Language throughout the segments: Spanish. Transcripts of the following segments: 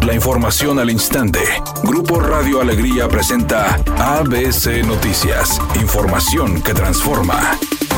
La información al instante. Grupo Radio Alegría presenta ABC Noticias. Información que transforma.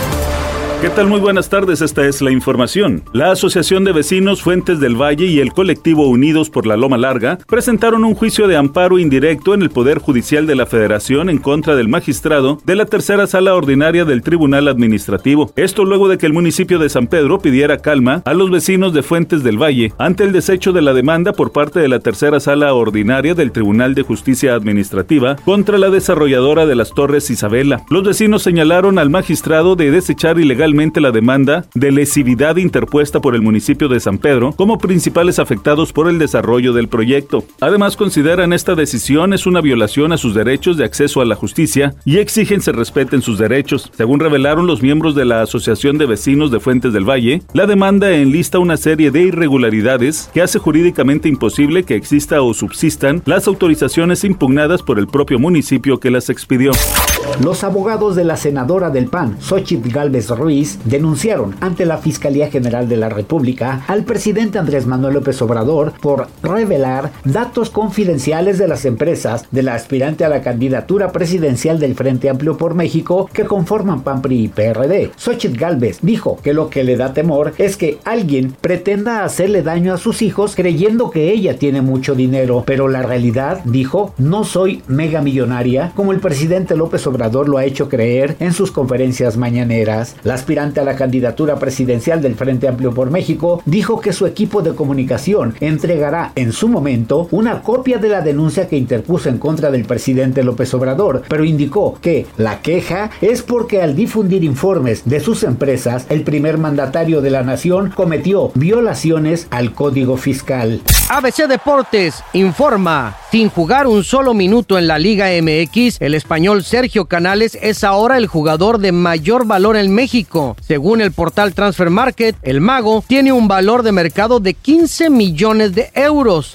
¿Qué tal? Muy buenas tardes, esta es la información. La Asociación de Vecinos Fuentes del Valle y el colectivo Unidos por la Loma Larga presentaron un juicio de amparo indirecto en el Poder Judicial de la Federación en contra del magistrado de la tercera sala ordinaria del Tribunal Administrativo. Esto luego de que el municipio de San Pedro pidiera calma a los vecinos de Fuentes del Valle ante el desecho de la demanda por parte de la tercera sala ordinaria del Tribunal de Justicia Administrativa contra la desarrolladora de las Torres Isabela. Los vecinos señalaron al magistrado de desechar ilegalmente la demanda de lesividad interpuesta por el municipio de San Pedro como principales afectados por el desarrollo del proyecto. Además, consideran esta decisión es una violación a sus derechos de acceso a la justicia y exigen se respeten sus derechos. Según revelaron los miembros de la Asociación de Vecinos de Fuentes del Valle, la demanda enlista una serie de irregularidades que hace jurídicamente imposible que exista o subsistan las autorizaciones impugnadas por el propio municipio que las expidió. Los abogados de la senadora del PAN, Xóchitl Gálvez Ruiz, denunciaron ante la Fiscalía General de la República al presidente Andrés Manuel López Obrador por revelar datos confidenciales de las empresas de la aspirante a la candidatura presidencial del Frente Amplio por México que conforman PAN, PRI y PRD. Xóchitl Gálvez dijo que lo que le da temor es que alguien pretenda hacerle daño a sus hijos creyendo que ella tiene mucho dinero, pero la realidad, dijo, no soy megamillonaria como el presidente López Obrador lo ha hecho creer en sus conferencias mañaneras. La aspirante a la candidatura presidencial del Frente Amplio por México dijo que su equipo de comunicación entregará en su momento una copia de la denuncia que interpuso en contra del presidente López Obrador, pero indicó que la queja es porque al difundir informes de sus empresas, el primer mandatario de la nación cometió violaciones al Código Fiscal. ABC Deportes informa. Sin jugar un solo minuto en la Liga MX, el español Sergio Canales es ahora el jugador de mayor valor en México. Según el portal Transfer Market, el mago tiene un valor de mercado de 15 millones de euros,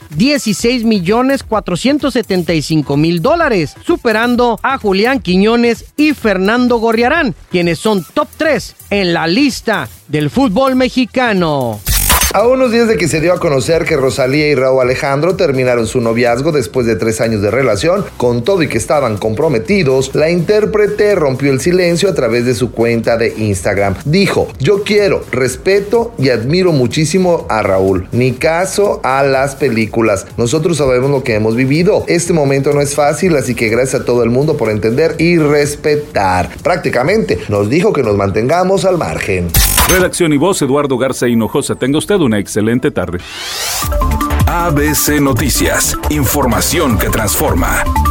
16.475.000 $, superando a Julián Quiñones y Fernando Gorriarán, quienes son top 3 en la lista del fútbol mexicano. A unos días de que se dio a conocer que Rosalía y Rauw Alejandro terminaron su noviazgo después de 3 años de relación, con todo y que estaban comprometidos, la intérprete rompió el silencio a través de su cuenta de Instagram. Dijo: yo quiero, respeto y admiro muchísimo a Raúl. Ni caso a las películas. Nosotros sabemos lo que hemos vivido. Este momento no es fácil, así que gracias a todo el mundo por entender y respetar. Prácticamente nos dijo que nos mantengamos al margen. Redacción y voz, Eduardo Garza Hinojosa. Tenga usted una excelente tarde. ABC Noticias. Información que transforma.